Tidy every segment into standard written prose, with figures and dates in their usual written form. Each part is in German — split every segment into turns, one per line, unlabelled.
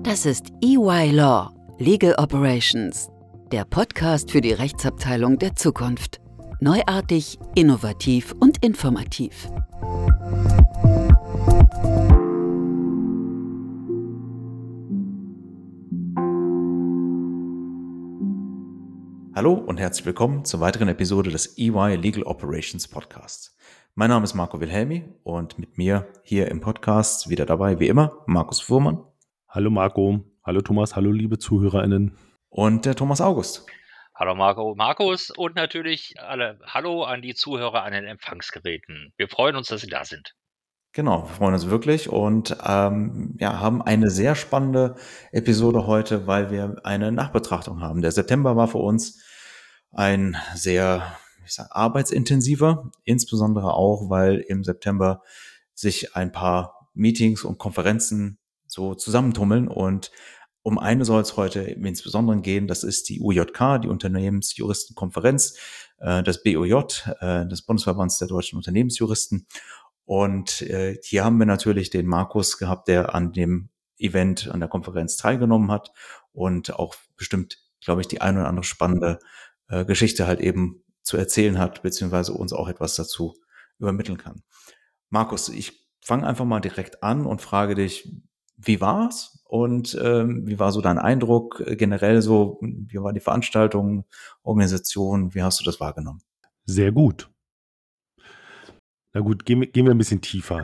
Das ist EY Law, Legal Operations, der Podcast für die Rechtsabteilung der Zukunft. Neuartig, innovativ und informativ.
Hallo und herzlich willkommen zur weiteren Episode des EY Legal Operations Podcasts. Mein Name ist Marco Wilhelmi und mit mir hier im Podcast wieder dabei, wie immer, Markus Fuhrmann.
Hallo Marco, hallo Thomas, hallo liebe ZuhörerInnen.
Und der Thomas August.
Hallo Marco, Markus und natürlich Hallo an die Zuhörer an den Empfangsgeräten. Wir freuen uns, dass Sie da sind.
Genau, wir freuen uns wirklich und haben eine sehr spannende Episode heute, weil wir eine Nachbetrachtung haben. Der September war für uns ein sehr arbeitsintensiver, insbesondere auch, weil im September sich ein paar Meetings und Konferenzen so zusammentummeln. Und um eine soll es heute insbesondere gehen, das ist die UJK, die Unternehmensjuristenkonferenz, das BOJ, des Bundesverbands der deutschen Unternehmensjuristen. Und hier haben wir natürlich den Markus gehabt, der an dem Event, an der Konferenz teilgenommen hat und auch bestimmt, glaube ich, die ein oder andere spannende Geschichte halt eben zu erzählen hat, beziehungsweise uns auch etwas dazu übermitteln kann. Markus, ich fange einfach mal direkt an und frage dich, wie war's und wie war so dein Eindruck generell so, wie war die Veranstaltung, Organisation, wie hast du das wahrgenommen?
Sehr gut. Na gut, gehen wir ein bisschen tiefer.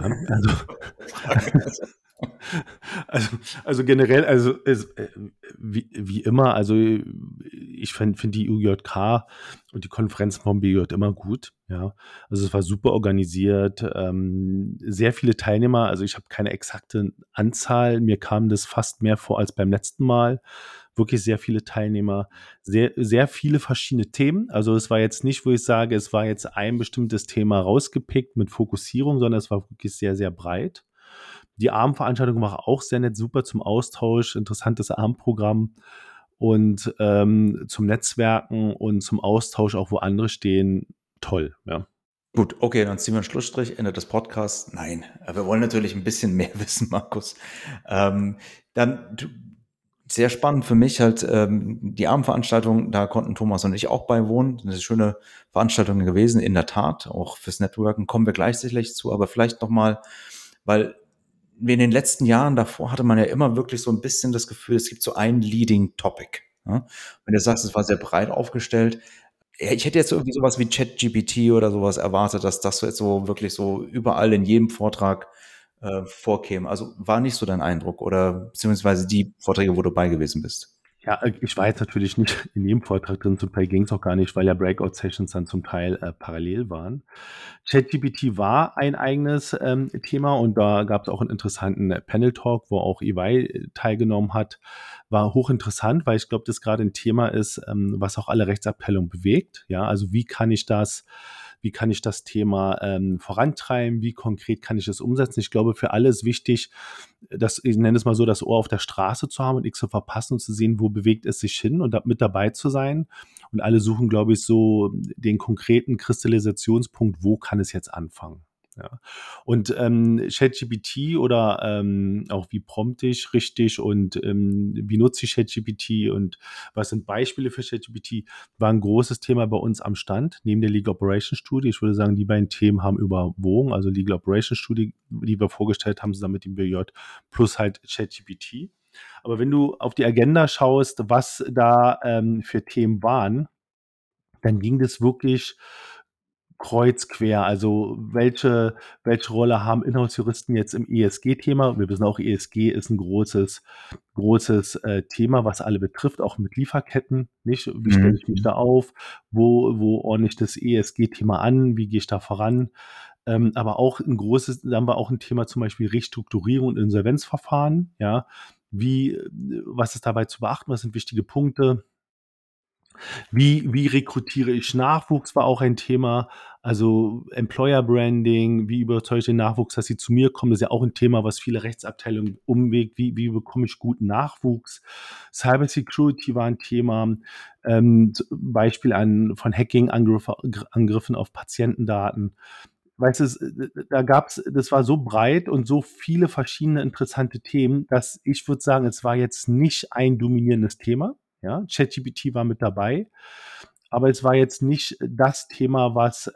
Also generell, wie immer, also ich finde die UJK und die Konferenzen vom BJ immer gut. Ja, also es war super organisiert, sehr viele Teilnehmer. Also ich habe keine exakte Anzahl, mir kam das fast mehr vor als beim letzten Mal. Wirklich sehr viele Teilnehmer, sehr, sehr viele verschiedene Themen. Also es war jetzt nicht, wo ich sage, es war jetzt ein bestimmtes Thema rausgepickt mit Fokussierung, sondern es war wirklich sehr, sehr breit. Die Abendveranstaltung war auch sehr nett, super zum Austausch, interessantes Abendprogramm und zum Netzwerken und zum Austausch, auch wo andere stehen, toll, ja.
Gut, okay, dann ziehen wir einen Schlussstrich, Ende des Podcasts. Nein, wir wollen natürlich ein bisschen mehr wissen, Markus. Sehr spannend für mich halt die Abendveranstaltung, da konnten Thomas und ich auch beiwohnen. Das ist eine schöne Veranstaltung gewesen, in der Tat, auch fürs Networken kommen wir gleich sicherlich zu, aber vielleicht nochmal, weil in den letzten Jahren davor hatte man ja immer wirklich so ein bisschen das Gefühl, es gibt so ein Leading Topic. Ja? Wenn du sagst, es war sehr breit aufgestellt, ja, ich hätte jetzt irgendwie sowas wie ChatGPT oder sowas erwartet, dass das jetzt so wirklich so überall in jedem Vortrag vorkäme. Also war nicht so dein Eindruck oder beziehungsweise die Vorträge, wo du bei gewesen bist?
Ja, ich war jetzt natürlich nicht in jedem Vortrag drin, zum Teil ging es auch gar nicht, weil ja Breakout-Sessions dann zum Teil parallel waren. ChatGPT war ein eigenes Thema und da gab es auch einen interessanten Panel-Talk, wo auch EY teilgenommen hat. War hochinteressant, weil ich glaube, das gerade ein Thema ist, was auch alle Rechtsabteilungen bewegt. Ja, also wie kann ich das Thema vorantreiben? Wie konkret kann ich das umsetzen? Ich glaube, für alle ist wichtig, ich nenne es mal so, das Ohr auf der Straße zu haben und nichts zu verpassen und zu sehen, wo bewegt es sich hin und da mit dabei zu sein. Und alle suchen, glaube ich, so den konkreten Kristallisationspunkt, wo kann es jetzt anfangen? Ja. Und ChatGPT oder auch wie prompte ich richtig und wie nutze ich ChatGPT und was sind Beispiele für ChatGPT, war ein großes Thema bei uns am Stand, neben der Legal Operations Studie. Ich würde sagen, die beiden Themen haben überwogen, also Legal Operations Studie, die wir vorgestellt haben, zusammen mit dem BJ, plus halt ChatGPT. Aber wenn du auf die Agenda schaust, was da für Themen waren, dann ging das wirklich kreuz quer. Also welche Rolle haben Inhouse-Juristen jetzt im ESG-Thema? Wir wissen auch, ESG ist ein großes Thema, was alle betrifft, auch mit Lieferketten. Nicht? Wie stelle ich mich da auf? Wo ordne ich das ESG-Thema an? Wie gehe ich da voran? Aber auch da haben wir auch ein Thema, zum Beispiel Restrukturierung und Insolvenzverfahren. Ja, was ist dabei zu beachten? Was sind wichtige Punkte? Wie rekrutiere ich Nachwuchs, war auch ein Thema. Also Employer Branding, wie überzeuge ich den Nachwuchs, dass sie zu mir kommen, das ist ja auch ein Thema, was viele Rechtsabteilungen umwegt. Wie bekomme ich guten Nachwuchs? Cyber Security war ein Thema. Beispiel von Hacking-Angriffen auf Patientendaten. weißt du, das war so breit und so viele verschiedene interessante Themen, dass ich würde sagen, es war jetzt nicht ein dominierendes Thema. Ja, ChatGPT war mit dabei, aber es war jetzt nicht das Thema,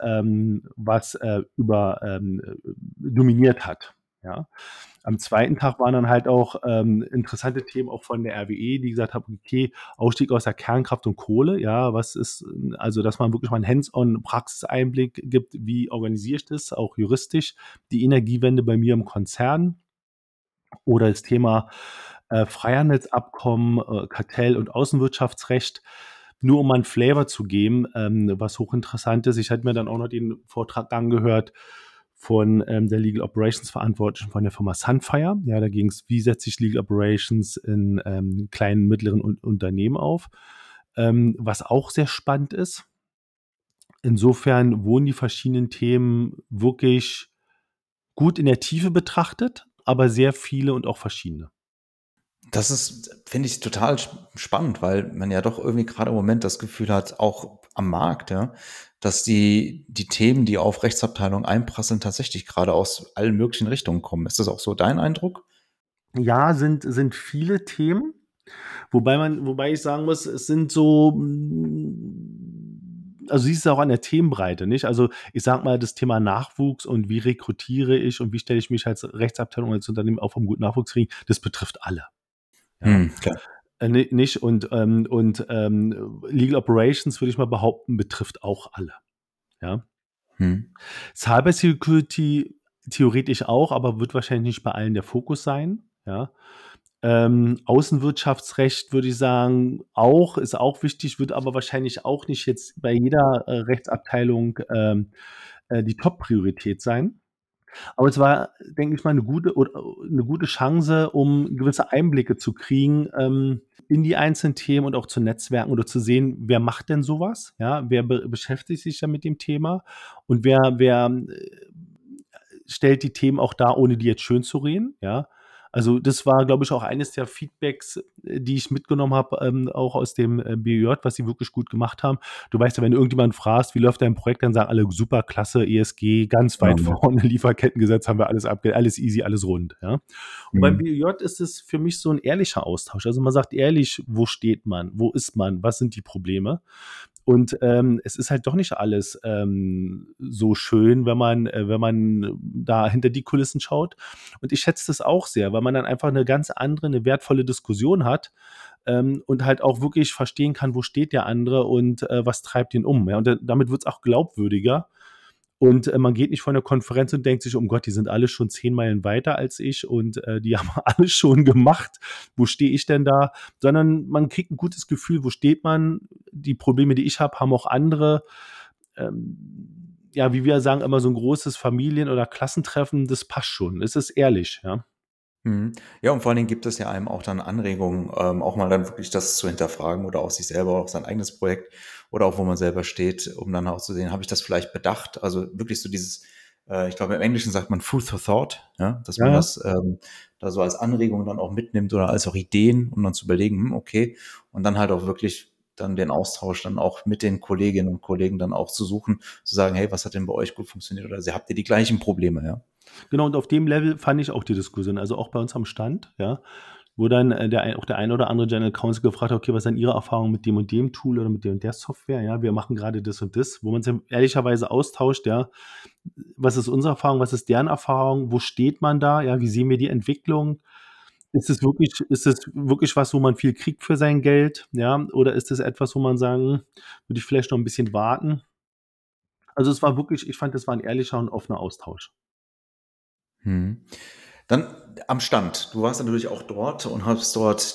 was dominiert hat. Ja. Am zweiten Tag waren dann halt auch interessante Themen auch von der RWE, die gesagt haben, okay, Ausstieg aus der Kernkraft und Kohle, ja, was ist, also dass man wirklich mal einen Hands-on Praxiseinblick gibt, wie organisiere ich das, auch juristisch, die Energiewende bei mir im Konzern oder das Thema Freihandelsabkommen, Kartell- und Außenwirtschaftsrecht. Nur um mal 'n Flavor zu geben, was hochinteressant ist. Ich hatte mir dann auch noch den Vortrag angehört von der Legal Operations Verantwortlichen von der Firma Sunfire. Ja, da ging es, wie setze ich Legal Operations in kleinen, mittleren Unternehmen auf, was auch sehr spannend ist. Insofern wurden die verschiedenen Themen wirklich gut in der Tiefe betrachtet, aber sehr viele und auch verschiedene.
Das ist, finde ich, total spannend, weil man ja doch irgendwie gerade im Moment das Gefühl hat, auch am Markt, ja, dass die Themen, die auf Rechtsabteilung einprasseln, tatsächlich gerade aus allen möglichen Richtungen kommen. Ist das auch so dein Eindruck?
Ja, sind viele Themen, wobei ich sagen muss, es sind so, also siehst du auch an der Themenbreite, nicht? Also ich sag mal, das Thema Nachwuchs und wie rekrutiere ich und wie stelle ich mich als Rechtsabteilung, als Unternehmen auf, um guten Nachwuchs zu kriegen, das betrifft alle. Ja.
Klar.
Nicht Legal Operations, würde ich mal behaupten, betrifft auch alle. Ja.
Hm.
Cyber Security theoretisch auch, aber wird wahrscheinlich nicht bei allen der Fokus sein. Ja. Außenwirtschaftsrecht würde ich sagen, auch, ist auch wichtig, wird aber wahrscheinlich auch nicht jetzt bei jeder Rechtsabteilung die Top-Priorität sein. Aber es war, denke ich mal, eine gute Chance, um gewisse Einblicke zu kriegen in die einzelnen Themen und auch zu Netzwerken oder zu sehen, wer macht denn sowas? Ja, wer beschäftigt sich ja mit dem Thema und wer stellt die Themen auch dar, ohne die jetzt schön zu reden, ja. Also das war, glaube ich, auch eines der Feedbacks, die ich mitgenommen habe, auch aus dem BÜJ, was sie wirklich gut gemacht haben. Du weißt ja, wenn du irgendjemanden fragst, wie läuft dein Projekt, dann sagen alle super, klasse, ESG, ganz
Ja,
weit vorne, Lieferkettengesetz haben wir alles abgedeckt, alles easy, alles rund. Ja. Und beim
hm.
BÜJ ist es für mich so ein ehrlicher Austausch. Also man sagt ehrlich, wo steht man, wo ist man, was sind die Probleme? Und es ist halt doch nicht alles so schön, wenn man da hinter die Kulissen schaut. Und ich schätze das auch sehr, weil man dann einfach eine ganz andere, eine wertvolle Diskussion hat und halt auch wirklich verstehen kann, wo steht der andere und was treibt ihn um. Ja? Und damit wird es auch glaubwürdiger. Und man geht nicht von der Konferenz und denkt sich, um Gott, die sind alle schon 10 Meilen weiter als ich und die haben alles schon gemacht. Wo stehe ich denn da? Sondern man kriegt ein gutes Gefühl, wo steht man? Die Probleme, die ich habe, haben auch andere. Ja, wie wir sagen, immer so ein großes Familien- oder Klassentreffen, das passt schon. Es ist ehrlich, ja.
Mhm. Ja, und vor allen Dingen gibt es ja einem auch dann Anregungen, auch mal dann wirklich das zu hinterfragen oder auch sich selber, auch sein eigenes Projekt oder auch wo man selber steht, um dann auch zu sehen, habe ich das vielleicht bedacht? Also wirklich so dieses, ich glaube, im Englischen sagt man Food for Thought, ja, dass
Ja,
man
ja.
das da so als Anregung dann auch mitnimmt oder als auch Ideen, um dann zu überlegen, okay, und dann halt auch wirklich dann den Austausch dann auch mit den Kolleginnen und Kollegen dann auch zu suchen, zu sagen, hey, was hat denn bei euch gut funktioniert oder habt ihr die gleichen Probleme, ja?
Genau, und auf dem Level fand ich auch die Diskussion, also auch bei uns am Stand, ja, wo dann auch der ein oder andere General Counsel gefragt hat, okay, was sind Ihre Erfahrungen mit dem und dem Tool oder mit der und der Software? Ja, wir machen gerade das und das, wo man sich ehrlicherweise austauscht, ja, was ist unsere Erfahrung, was ist deren Erfahrung, wo steht man da, ja, wie sehen wir die Entwicklung? Ist es wirklich was, wo man viel kriegt für sein Geld, ja, oder ist es etwas, wo man sagen, würde ich vielleicht noch ein bisschen warten? Also es war wirklich, ich fand, das war ein ehrlicher und offener Austausch.
Mhm. Dann am Stand. Du warst natürlich auch dort und hast dort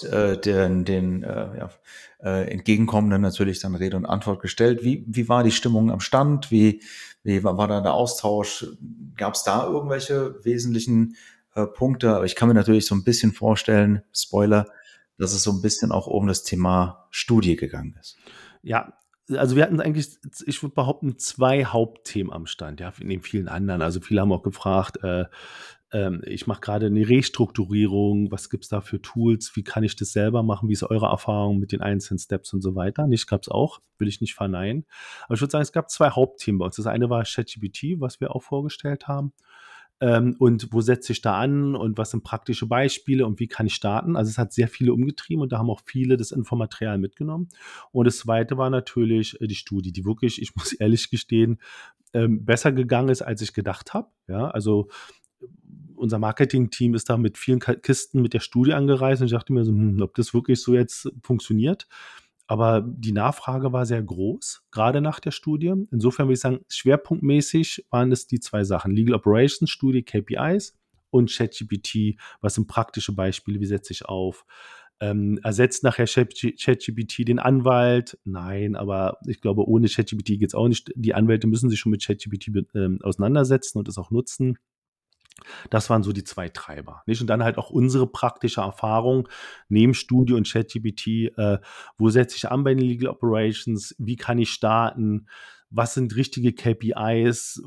den Entgegenkommenden natürlich dann Rede und Antwort gestellt. Wie war die Stimmung am Stand? Wie war da der Austausch? Gab es da irgendwelche wesentlichen Punkte? Aber ich kann mir natürlich so ein bisschen vorstellen, Spoiler, dass es so ein bisschen auch um das Thema Studie gegangen ist.
Ja, also wir hatten eigentlich, ich würde behaupten, 2 Hauptthemen am Stand, ja, neben vielen anderen. Also viele haben auch gefragt, ich mache gerade eine Restrukturierung, was gibt es da für Tools, wie kann ich das selber machen, wie ist eure Erfahrung mit den einzelnen Steps und so weiter. Nicht, gab es auch, will ich nicht verneinen. Aber ich würde sagen, es gab 2 Hauptthemen bei uns. Das eine war ChatGPT, was wir auch vorgestellt haben. Und wo setze ich da an und was sind praktische Beispiele und wie kann ich starten? Also es hat sehr viele umgetrieben und da haben auch viele das Infomaterial mitgenommen. Und das zweite war natürlich die Studie, die wirklich, ich muss ehrlich gestehen, besser gegangen ist, als ich gedacht habe. Ja, also unser Marketing-Team ist da mit vielen Kisten mit der Studie angereist und ich dachte mir so, ob das wirklich so jetzt funktioniert. Aber die Nachfrage war sehr groß, gerade nach der Studie. Insofern würde ich sagen, schwerpunktmäßig waren es die 2 Sachen. Legal Operations Studie, KPIs und ChatGPT. Was sind praktische Beispiele? Wie setze ich auf? Ersetzt nachher ChatGPT den Anwalt? Nein, aber ich glaube, ohne ChatGPT geht es auch nicht. Die Anwälte müssen sich schon mit ChatGPT auseinandersetzen und es auch nutzen. Das waren so die 2 Treiber, nicht? Und dann halt auch unsere praktische Erfahrung neben Studie und ChatGPT, wo setze ich an bei den Legal Operations? Wie kann ich starten? Was sind richtige KPIs?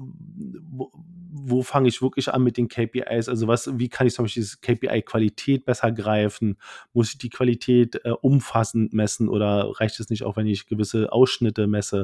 Wo fange ich wirklich an mit den KPIs? Also wie kann ich zum Beispiel diese KPI-Qualität besser greifen? Muss ich die Qualität umfassend messen oder reicht es nicht auch, wenn ich gewisse Ausschnitte messe?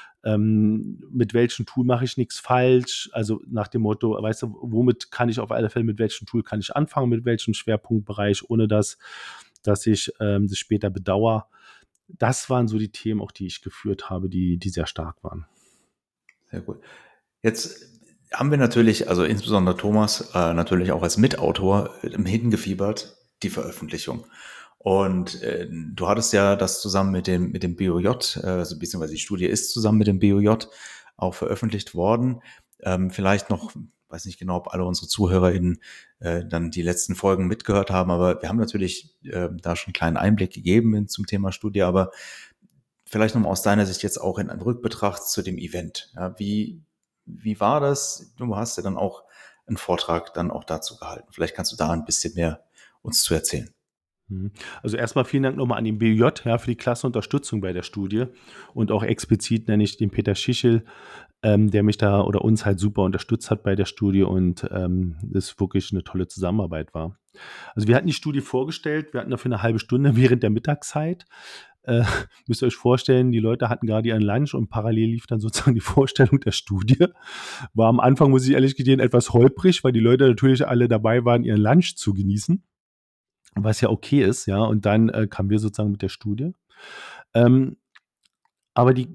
Mit welchem Tool mache ich nichts falsch? Also nach dem Motto, weißt du, womit kann ich auf alle Fälle, mit welchem Tool kann ich anfangen, mit welchem Schwerpunktbereich, ohne dass ich das später bedauere. Das waren so die Themen auch, die ich geführt habe, die sehr stark waren.
Sehr gut. Jetzt haben wir natürlich, also insbesondere Thomas, natürlich auch als Mitautor hingefiebert, die Veröffentlichung. Und du hattest ja das zusammen mit dem BOJ, also beziehungsweise die Studie ist zusammen mit dem BOJ auch veröffentlicht worden. Vielleicht noch, weiß nicht genau, ob alle unsere ZuhörerInnen dann die letzten Folgen mitgehört haben, aber wir haben natürlich da schon einen kleinen Einblick gegeben zum Thema Studie, aber vielleicht nochmal aus deiner Sicht jetzt auch in einem Rückbetracht zu dem Event. Ja, wie war das? Du hast ja dann auch einen Vortrag dann auch dazu gehalten. Vielleicht kannst du da ein bisschen mehr uns zu erzählen.
Also erstmal vielen Dank nochmal an den BJ, ja, für die klasse Unterstützung bei der Studie und auch explizit nenne ich den Peter Schichel, der mich da oder uns halt super unterstützt hat bei der Studie und es wirklich eine tolle Zusammenarbeit war. Also wir hatten die Studie vorgestellt, wir hatten dafür eine halbe Stunde während der Mittagszeit. Müsst ihr euch vorstellen, die Leute hatten gerade ihren Lunch und parallel lief dann sozusagen die Vorstellung der Studie. War am Anfang, muss ich ehrlich gestehen, etwas holprig, weil die Leute natürlich alle dabei waren, ihren Lunch zu genießen. Was ja okay ist, ja, und dann kamen wir sozusagen mit der Studie. Aber die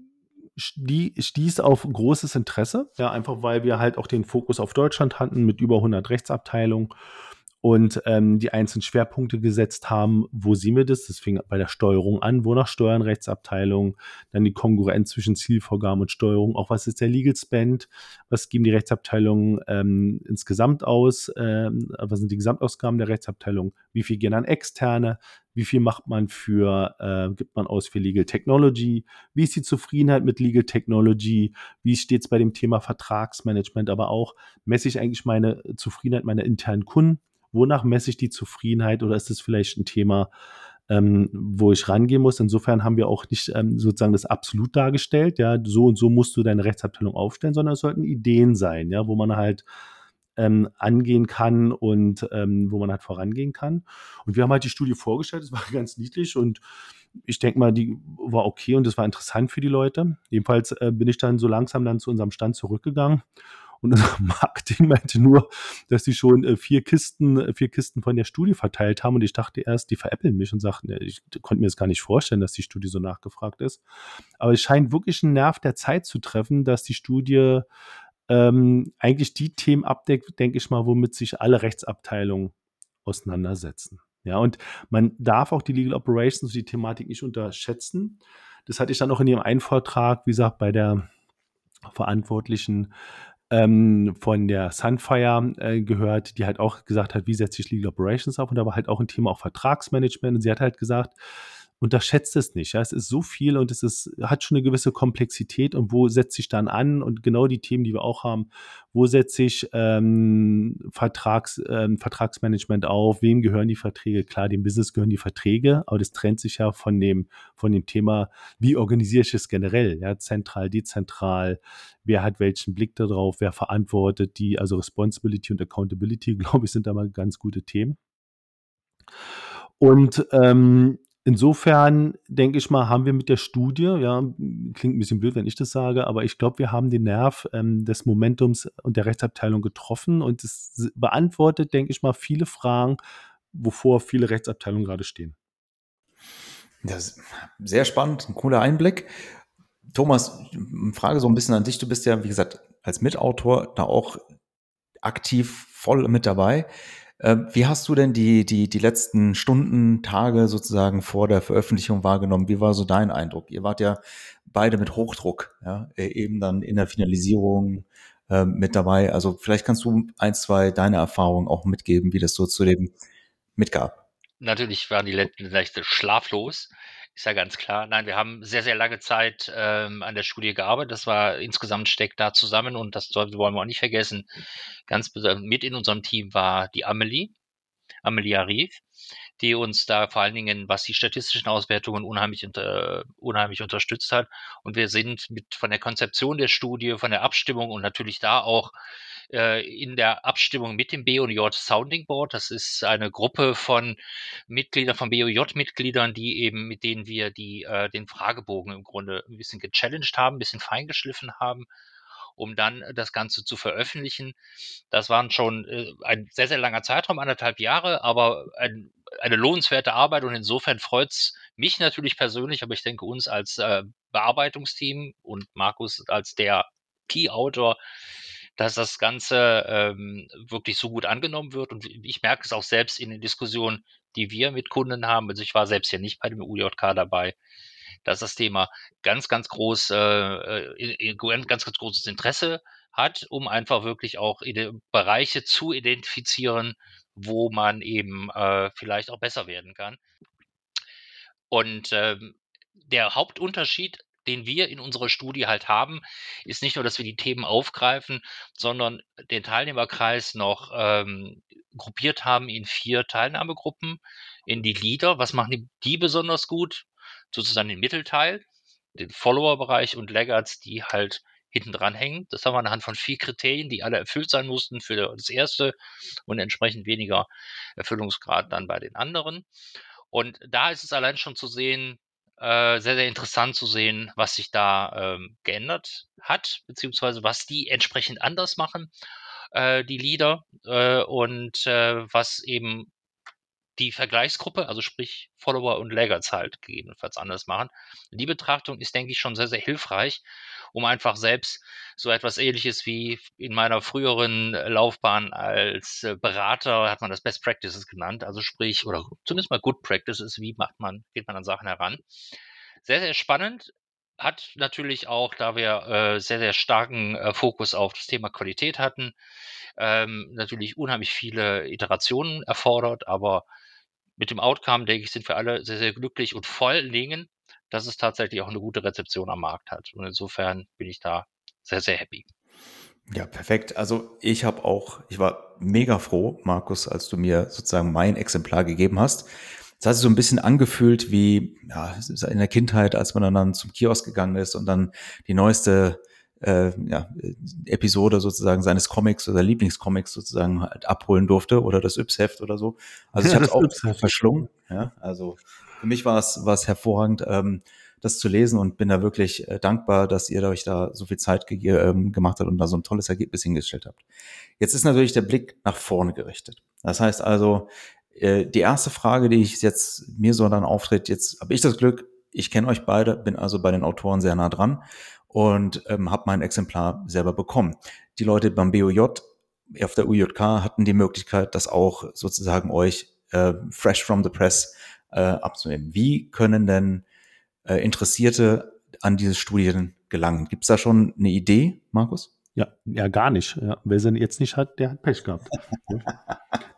stieß auf großes Interesse, ja, einfach weil wir halt auch den Fokus auf Deutschland hatten mit über 100 Rechtsabteilungen und die einzelnen Schwerpunkte gesetzt haben, wo sehen wir das? Das fing bei der Steuerung an, wonach steuern Rechtsabteilungen, dann die Kongruenz zwischen Zielvorgaben und Steuerung, auch was ist der Legal Spend, was geben die Rechtsabteilungen insgesamt aus, was sind die Gesamtausgaben der Rechtsabteilung, wie viel gehen an Externe, wie viel macht man gibt man aus für Legal Technology, wie ist die Zufriedenheit mit Legal Technology, wie steht es bei dem Thema Vertragsmanagement, aber auch messe ich eigentlich meine Zufriedenheit meiner internen Kunden, wonach messe ich die Zufriedenheit oder ist das vielleicht ein Thema, wo ich rangehen muss? Insofern haben wir auch nicht sozusagen das absolut dargestellt, ja, so und so musst du deine Rechtsabteilung aufstellen, sondern es sollten Ideen sein, ja, wo man halt angehen kann und wo man halt vorangehen kann. Und wir haben halt die Studie vorgestellt, es war ganz niedlich und ich denke mal, die war okay und das war interessant für die Leute. Jedenfalls bin ich dann so langsam dann zu unserem Stand zurückgegangen und unser Marketing meinte nur, dass die schon 4 Kisten von der Studie verteilt haben und ich dachte erst, die veräppeln mich und sagten, ich konnte mir das gar nicht vorstellen, dass die Studie so nachgefragt ist. Aber es scheint wirklich einen Nerv der Zeit zu treffen, dass die Studie eigentlich die Themen abdeckt, denke ich mal, womit sich alle Rechtsabteilungen auseinandersetzen. Ja, und man darf auch die Legal Operations, die Thematik nicht unterschätzen. Das hatte ich dann auch in ihrem einen Vortrag, wie gesagt, bei der Verantwortlichen von der Sunfire gehört, die halt auch gesagt hat, wie setze ich Legal Operations auf und da war halt auch ein Thema auch Vertragsmanagement und sie hat halt gesagt, unterschätzt es nicht. Ja, es ist so viel und hat schon eine gewisse Komplexität und wo setze ich dann an und genau die Themen, die wir auch haben, wo setze ich Vertragsmanagement auf, wem gehören die Verträge? Klar, dem Business gehören die Verträge, aber das trennt sich ja von dem Thema, wie organisiere ich es generell? Ja, zentral, dezentral, wer hat welchen Blick darauf, wer verantwortet die, also Responsibility und Accountability, glaube ich, sind da mal ganz gute Themen. Und insofern denke ich mal, haben wir mit der Studie, ja, klingt ein bisschen blöd, wenn ich das sage, aber ich glaube, wir haben den Nerv des Momentums und der Rechtsabteilung getroffen und es beantwortet, denke ich mal, viele Fragen, wovor viele Rechtsabteilungen gerade stehen.
Das ist sehr spannend, ein cooler Einblick. Thomas, Frage so ein bisschen an dich. Du bist ja, wie gesagt, als Mitautor da auch aktiv voll mit dabei. Wie hast du denn die letzten Stunden, Tage sozusagen vor der Veröffentlichung wahrgenommen? Wie war so dein Eindruck? Ihr wart ja beide mit Hochdruck, ja, eben dann in der Finalisierung mit dabei. Also vielleicht kannst du 1, 2 deine Erfahrungen auch mitgeben, wie das so zu dem mitgab.
Natürlich waren die letzten Nächte schlaflos, ist ja ganz klar. Nein, wir haben sehr, sehr lange Zeit an der Studie gearbeitet. Das war insgesamt steckt da zusammen und wollen wir auch nicht vergessen. Ganz besonders mit in unserem Team war die Amelie Arif, die uns da vor allen Dingen, was die statistischen Auswertungen unheimlich unterstützt hat. Und wir sind von der Konzeption der Studie, von der Abstimmung und natürlich da auch in der Abstimmung mit dem BOJ Sounding Board. Das ist eine Gruppe von Mitgliedern, von BOJ-Mitgliedern, mit denen wir den Fragebogen im Grunde ein bisschen gechallenged haben, ein bisschen feingeschliffen haben, um dann das Ganze zu veröffentlichen. Das waren schon ein sehr, sehr langer Zeitraum, 1,5 Jahre, aber eine lohnenswerte Arbeit und insofern freut es mich natürlich persönlich, aber ich denke uns als Bearbeitungsteam und Markus als der Key-Autor, dass das Ganze wirklich so gut angenommen wird und ich merke es auch selbst in den Diskussionen, die wir mit Kunden haben. Also ich war selbst ja nicht bei dem UJK dabei, dass das Thema ganz, ganz groß, ganz, ganz großes Interesse hat, um einfach wirklich auch Bereiche zu identifizieren, wo man eben vielleicht auch besser werden kann. Und der Hauptunterschied, den wir in unserer Studie halt haben, ist nicht nur, dass wir die Themen aufgreifen, sondern den Teilnehmerkreis noch gruppiert haben in 4 Teilnahmegruppen, in die Leader. Was machen die besonders gut? Sozusagen den Mittelteil, den Follower-Bereich und Laggards, die halt hinten dran hängen. Das haben wir anhand von 4 Kriterien, die alle erfüllt sein mussten für das erste und entsprechend weniger Erfüllungsgrad dann bei den anderen. Und da ist es allein schon zu sehen, sehr, sehr interessant zu sehen, was sich da geändert hat, beziehungsweise was die entsprechend anders machen, die Leader, und was eben die Vergleichsgruppe, also sprich Follower und Laggards halt gegebenenfalls anders machen. Die Betrachtung ist, denke ich, schon sehr, sehr hilfreich, um einfach selbst so etwas Ähnliches wie in meiner früheren Laufbahn als Berater hat man das Best Practices genannt, also sprich, oder zumindest mal Good Practices, geht man an Sachen heran. Sehr, sehr spannend. Hat natürlich auch, da wir sehr, sehr starken Fokus auf das Thema Qualität hatten, natürlich unheimlich viele Iterationen erfordert, aber mit dem Outcome, denke ich, sind wir alle sehr, sehr glücklich und vor allen Dingen, dass es tatsächlich auch eine gute Rezeption am Markt hat. Und insofern bin ich da sehr, sehr happy.
Ja, perfekt. Also ich war mega froh, Markus, als du mir sozusagen mein Exemplar gegeben hast. Es hat sich so ein bisschen angefühlt wie ja, in der Kindheit, als man dann zum Kiosk gegangen ist und dann die neueste Episode sozusagen seines Comics oder Lieblingscomics sozusagen halt abholen durfte oder das Yps-Heft oder so. Also ich
Ja,
habe es
das
auch
Yps-Heft.
verschlungen. Ja, also für mich war es hervorragend, das zu lesen und bin da wirklich dankbar, dass ihr euch da so viel Zeit gemacht habt und da so ein tolles Ergebnis hingestellt habt. Jetzt ist natürlich der Blick nach vorne gerichtet. Das heißt also, die erste Frage, die ich jetzt mir so dann auftritt, jetzt habe ich das Glück, ich kenne euch beide, bin also bei den Autoren sehr nah dran und habe mein Exemplar selber bekommen. Die Leute beim BOJ auf der UJK hatten die Möglichkeit, das auch sozusagen euch fresh from the press abzunehmen. Wie können denn Interessierte an diese Studien gelangen? Gibt es da schon eine Idee, Markus?
Ja, gar nicht. Ja. Wer sie jetzt nicht hat, der hat Pech gehabt. Ja.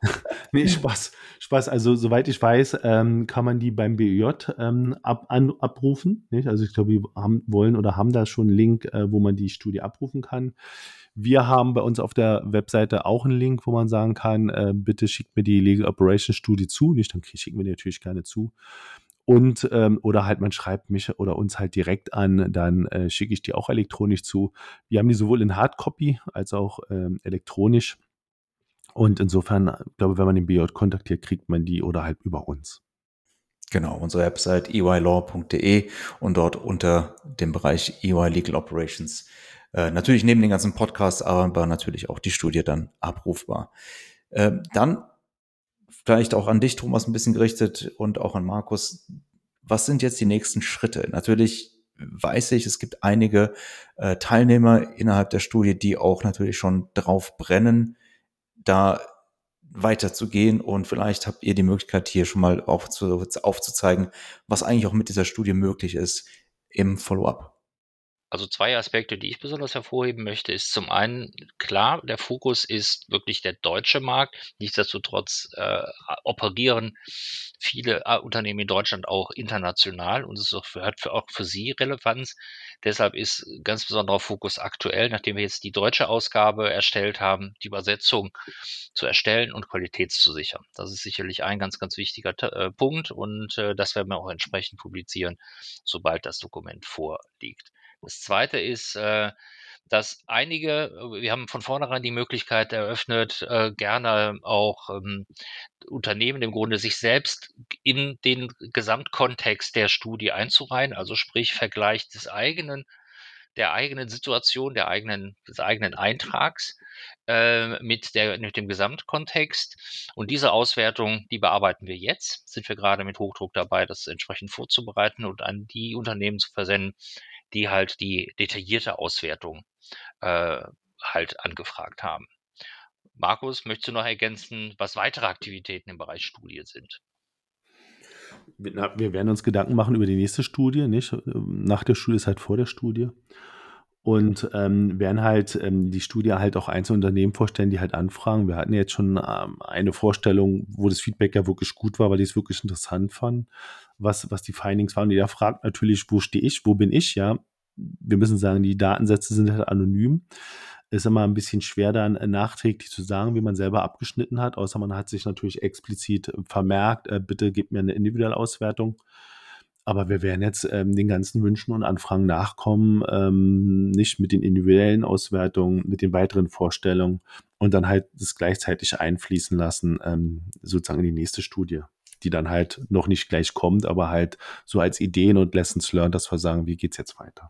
Nee, Spaß, Spaß. Also, soweit ich weiß, kann man die beim BÜJ abrufen. Nicht? Also, ich glaube, wir wollen oder haben da schon einen Link, wo man die Studie abrufen kann. Wir haben bei uns auf der Webseite auch einen Link, wo man sagen kann, bitte schickt mir die Legal Operations Studie zu. Nicht, dann schicken wir die natürlich gerne zu. Und, oder halt man schreibt mich oder uns halt direkt an, dann schicke ich die auch elektronisch zu. Wir haben die sowohl in Hardcopy als auch elektronisch. Und insofern, glaube, wenn man den BJ kontaktiert, kriegt man die oder halt über uns.
Genau, unsere Website eylaw.de und dort unter dem Bereich EY Legal Operations natürlich neben den ganzen Podcasts, aber natürlich auch die Studie dann abrufbar. Dann vielleicht auch an dich, Thomas, ein bisschen gerichtet und auch an Markus. Was sind jetzt die nächsten Schritte? Natürlich weiß ich, es gibt einige Teilnehmer innerhalb der Studie, die auch natürlich schon drauf brennen, da weiterzugehen, und vielleicht habt ihr die Möglichkeit, hier schon mal aufzuzeigen, was eigentlich auch mit dieser Studie möglich ist im Follow-up.
Also 2 Aspekte, die ich besonders hervorheben möchte, ist zum einen, klar, der Fokus ist wirklich der deutsche Markt. Nichtsdestotrotz operieren viele Unternehmen in Deutschland auch international, und es hat auch für sie Relevanz. Deshalb ist ganz besonderer Fokus aktuell, nachdem wir jetzt die deutsche Ausgabe erstellt haben, die Übersetzung zu erstellen und Qualität zu sichern. Das ist sicherlich ein ganz, ganz wichtiger Punkt, und das werden wir auch entsprechend publizieren, sobald das Dokument vorliegt. Das Zweite ist, dass wir haben von vornherein die Möglichkeit eröffnet, gerne auch Unternehmen im Grunde sich selbst in den Gesamtkontext der Studie einzureihen, also sprich Vergleich der eigenen Situation, des eigenen Eintrags mit dem Gesamtkontext. Und diese Auswertung, die bearbeiten wir jetzt. Sind wir gerade mit Hochdruck dabei, das entsprechend vorzubereiten und an die Unternehmen zu versenden, die halt die detaillierte Auswertung halt angefragt haben. Markus, möchtest du noch ergänzen, was weitere Aktivitäten im Bereich Studie sind?
Wir werden uns Gedanken machen über die nächste Studie, nicht? Nach der Studie ist halt vor der Studie. Und werden halt die Studie halt auch Einzelunternehmen vorstellen, die halt anfragen. Wir hatten jetzt schon eine Vorstellung, wo das Feedback ja wirklich gut war, weil die es wirklich interessant fanden, was die Findings waren. Und jeder fragt natürlich, wo stehe ich, wo bin ich, ja. Wir müssen sagen, die Datensätze sind halt anonym. Ist immer ein bisschen schwer, dann nachträglich zu sagen, wie man selber abgeschnitten hat, außer man hat sich natürlich explizit vermerkt, bitte gebt mir eine individuelle Auswertung. Aber wir werden jetzt den ganzen Wünschen und Anfragen nachkommen, nicht mit den individuellen Auswertungen, mit den weiteren Vorstellungen und dann halt das gleichzeitig einfließen lassen, sozusagen in die nächste Studie, die dann halt noch nicht gleich kommt, aber halt so als Ideen und Lessons learned, dass wir sagen, wie geht's jetzt weiter?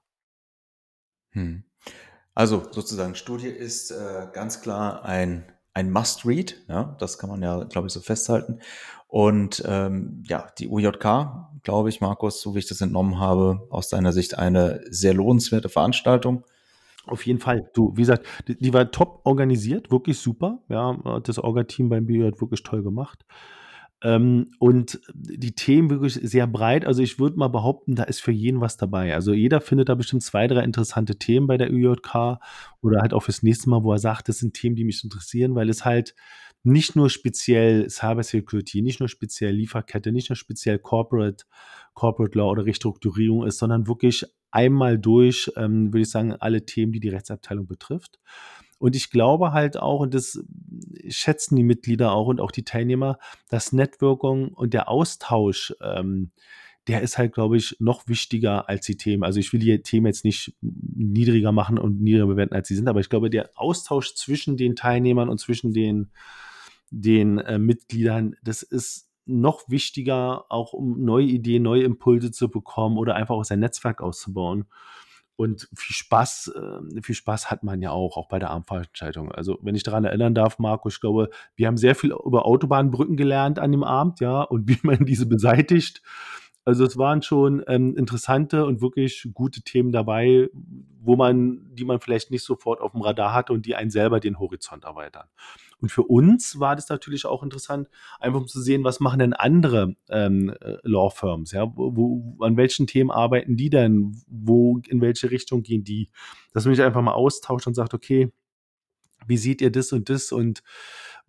Also sozusagen, Studie ist ganz klar ein Must-Read, ja, das kann man ja, glaube ich, so festhalten. Und ja, die UJK, glaube ich, Markus, so wie ich das entnommen habe, aus deiner Sicht eine sehr lohnenswerte Veranstaltung.
Auf jeden Fall. Du, wie gesagt, die war top organisiert, wirklich super. Ja, hat das Orga-Team beim BÜ hat wirklich toll gemacht. Und die Themen wirklich sehr breit. Also ich würde mal behaupten, da ist für jeden was dabei. Also jeder findet da bestimmt 2, 3 interessante Themen bei der ÜJK oder halt auch fürs nächste Mal, wo er sagt, das sind Themen, die mich interessieren, weil es halt nicht nur speziell Cyber Security, nicht nur speziell Lieferkette, nicht nur speziell Corporate Law oder Restrukturierung ist, sondern wirklich einmal durch, würde ich sagen, alle Themen, die die Rechtsabteilung betrifft. Und ich glaube halt auch, und das schätzen die Mitglieder auch und auch die Teilnehmer, dass Networking und der Austausch, der ist halt, glaube ich, noch wichtiger als die Themen. Also ich will die Themen jetzt nicht niedriger machen und niedriger bewerten, als sie sind, aber ich glaube, der Austausch zwischen den Teilnehmern und zwischen den Mitgliedern, das ist noch wichtiger, auch um neue Ideen, neue Impulse zu bekommen oder einfach auch sein Netzwerk auszubauen. Und viel Spaß hat man ja auch bei der Abendveranstaltung. Also wenn ich daran erinnern darf, Marco, ich glaube, wir haben sehr viel über Autobahnbrücken gelernt an dem Abend, ja, und wie man diese beseitigt. Also es waren schon interessante und wirklich gute Themen dabei, die man vielleicht nicht sofort auf dem Radar hatte und die einen selber den Horizont erweitern. Und für uns war das natürlich auch interessant, einfach um zu sehen, was machen denn andere Law Firms, ja, an welchen Themen arbeiten die denn, in welche Richtung gehen die, dass man sich einfach mal austauscht und sagt, okay, wie seht ihr das und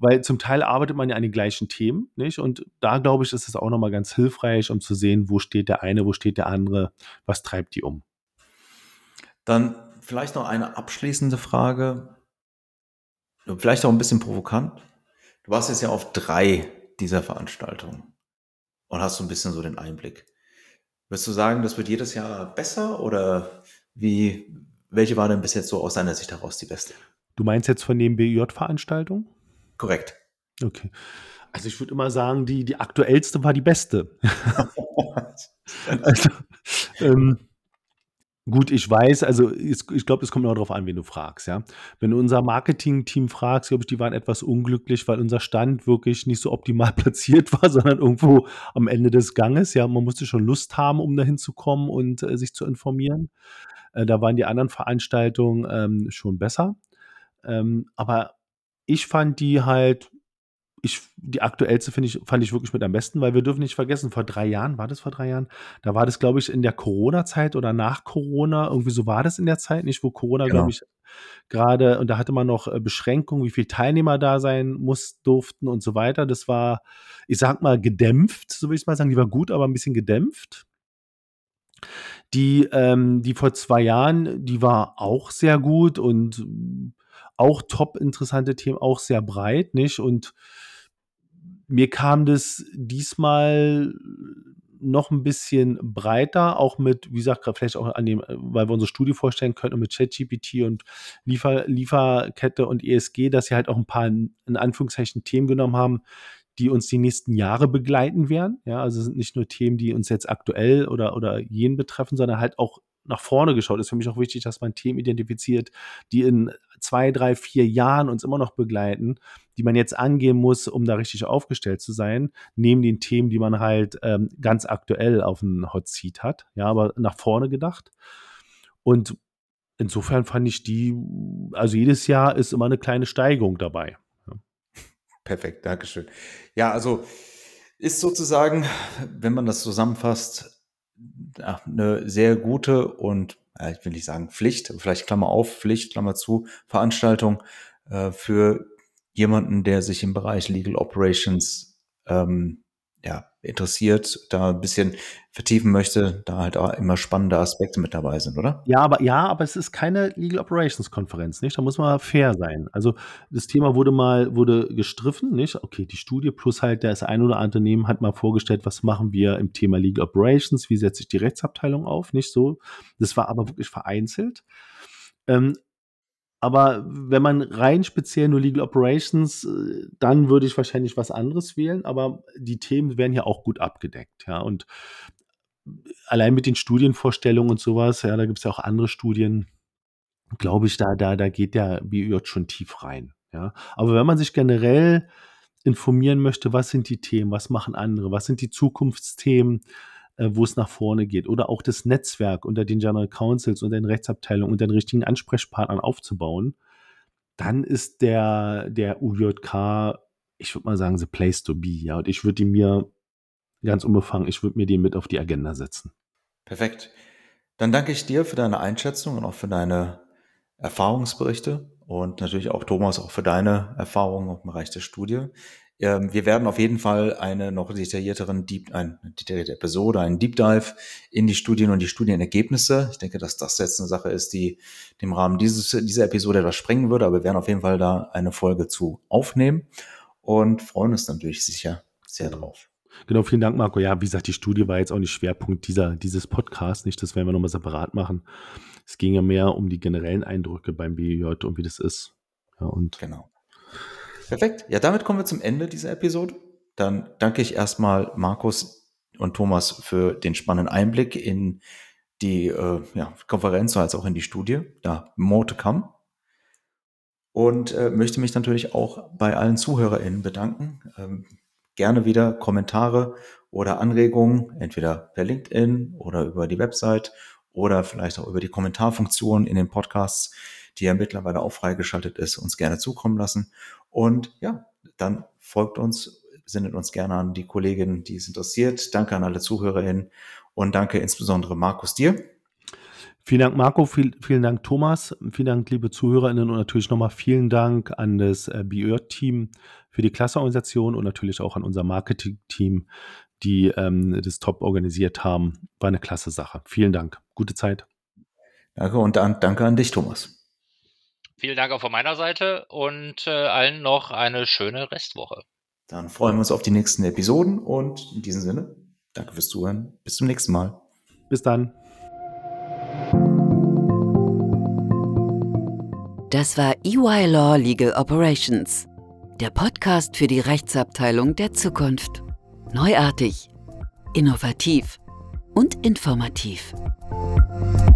weil zum Teil arbeitet man ja an den gleichen Themen, nicht? Und da, glaube ich, ist es auch nochmal ganz hilfreich, um zu sehen, wo steht der eine, wo steht der andere, was treibt die um.
Dann vielleicht noch eine abschließende Frage, vielleicht auch ein bisschen provokant. Du warst jetzt ja auf 3 dieser Veranstaltungen und hast so ein bisschen so den Einblick. Würdest du sagen, das wird jedes Jahr besser oder welche war denn bis jetzt so aus deiner Sicht heraus die beste?
Du meinst jetzt von den BJ-Veranstaltungen?
Korrekt.
Okay. Also ich würde immer sagen, die aktuellste war die beste. Also, gut, ich weiß, also ich glaube, es kommt auch darauf an, wen du fragst, ja. Wenn du unser Marketing-Team fragst, glaube ich, die waren etwas unglücklich, weil unser Stand wirklich nicht so optimal platziert war, sondern irgendwo am Ende des Ganges. Ja, man musste schon Lust haben, um dahin zu kommen und sich zu informieren. Da waren die anderen Veranstaltungen schon besser. Aber ich fand die aktuellste fand ich wirklich mit am besten, weil wir dürfen nicht vergessen, vor 3 Jahren, war das vor 3 Jahren? Da war das, glaube ich, in der Corona-Zeit oder nach Corona, irgendwie so war das in der Zeit, nicht, wo Corona, glaube
Genau.
ich, gerade, und da hatte man noch Beschränkungen, wie viel Teilnehmer da sein durften und so weiter. Das war, ich sag mal, gedämpft, so will ich mal sagen. Die war gut, aber ein bisschen gedämpft. Die vor 2 Jahren, die war auch sehr gut und auch top interessante Themen, auch sehr breit, nicht? Und mir kam das diesmal noch ein bisschen breiter, auch mit, wie gesagt, grad vielleicht auch an dem, weil wir unsere Studie vorstellen könnten mit ChatGPT und Lieferkette und ESG, dass sie halt auch ein paar in Anführungszeichen Themen genommen haben, die uns die nächsten Jahre begleiten werden. Ja, also es sind nicht nur Themen, die uns jetzt aktuell oder jeden betreffen, sondern halt auch nach vorne geschaut. Ist für mich auch wichtig, dass man Themen identifiziert, die in 2, 3, 4 Jahren uns immer noch begleiten, die man jetzt angehen muss, um da richtig aufgestellt zu sein, neben den Themen, die man halt ganz aktuell auf dem Hot Seat hat, ja, aber nach vorne gedacht. Und insofern fand ich also jedes Jahr ist immer eine kleine Steigerung dabei. Ja.
Perfekt, Dankeschön. Ja, also ist sozusagen, wenn man das zusammenfasst, ja, eine sehr gute und, ich will nicht sagen Pflicht, vielleicht Klammer auf, Pflicht, Klammer zu, Veranstaltung für jemanden, der sich im Bereich Legal Operations ja, interessiert, da ein bisschen vertiefen möchte, da halt auch immer spannende Aspekte mit dabei sind, oder?
Ja, aber es ist keine Legal Operations Konferenz, nicht? Da muss man fair sein. Also, das Thema wurde gestriffen, nicht? Okay, die Studie plus halt das ein oder andere Unternehmen hat mal vorgestellt, was machen wir im Thema Legal Operations, wie setzt sich die Rechtsabteilung auf, nicht so. Das war aber wirklich vereinzelt. Ähm, aber wenn man rein speziell nur Legal Operations, dann würde ich wahrscheinlich was anderes wählen, aber die Themen werden ja auch gut abgedeckt, ja. Und allein mit den Studienvorstellungen und sowas, ja, da gibt's ja auch andere Studien, glaube ich, da geht der BÜJ schon tief rein, ja. Aber wenn man sich generell informieren möchte, was sind die Themen, was machen andere, was sind die Zukunftsthemen, wo es nach vorne geht, oder auch das Netzwerk unter den General Counsels und den Rechtsabteilungen und den richtigen Ansprechpartnern aufzubauen, dann ist der UJK, ich würde mal sagen, the place to be, ja. Und ich würde ihn mir ganz unbefangen, ich würde mir den mit auf die Agenda setzen.
Perfekt. Dann danke ich dir für deine Einschätzung und auch für deine Erfahrungsberichte und natürlich auch Thomas auch für deine Erfahrungen im Bereich der Studie. Wir werden auf jeden Fall eine noch eine detaillierte Episode, einen Deep Dive in die Studien und die Studienergebnisse. Ich denke, dass das jetzt eine Sache ist, die dem Rahmen dieser Episode etwas sprengen würde, aber wir werden auf jeden Fall da eine Folge zu aufnehmen und freuen uns natürlich sicher sehr drauf.
Genau, vielen Dank, Marco. Ja, wie gesagt, die Studie war jetzt auch nicht Schwerpunkt dieses Podcasts, nicht, das werden wir nochmal separat machen. Es ging ja mehr um die generellen Eindrücke beim BJ und wie das ist. Ja, und
Genau. Perfekt. Ja, damit kommen wir zum Ende dieser Episode. Dann danke ich erstmal Markus und Thomas für den spannenden Einblick in die Konferenz als auch in die Studie. Da more to come. Und möchte mich natürlich auch bei allen ZuhörerInnen bedanken. Gerne wieder Kommentare oder Anregungen, entweder per LinkedIn oder über die Website oder vielleicht auch über die Kommentarfunktion in den Podcasts, die ja mittlerweile auch freigeschaltet ist, uns gerne zukommen lassen. Und ja, dann folgt uns, sendet uns gerne an die Kolleginnen, die es interessiert. Danke an alle ZuhörerInnen und danke insbesondere Markus dir.
Vielen Dank, Marco. Vielen Dank, Thomas. Vielen Dank, liebe ZuhörerInnen. Und natürlich nochmal vielen Dank an das BeEarth-Team für die klasse Organisation und natürlich auch an unser Marketing-Team, die das top organisiert haben. War eine klasse Sache. Vielen Dank. Gute Zeit.
Danke und danke an dich, Thomas.
Vielen Dank auch von meiner Seite und allen noch eine schöne Restwoche.
Dann freuen wir uns auf die nächsten Episoden und in diesem Sinne, danke fürs Zuhören. Bis zum nächsten Mal.
Bis dann.
Das war EY Law Legal Operations, der Podcast für die Rechtsabteilung der Zukunft. Neuartig, innovativ und informativ.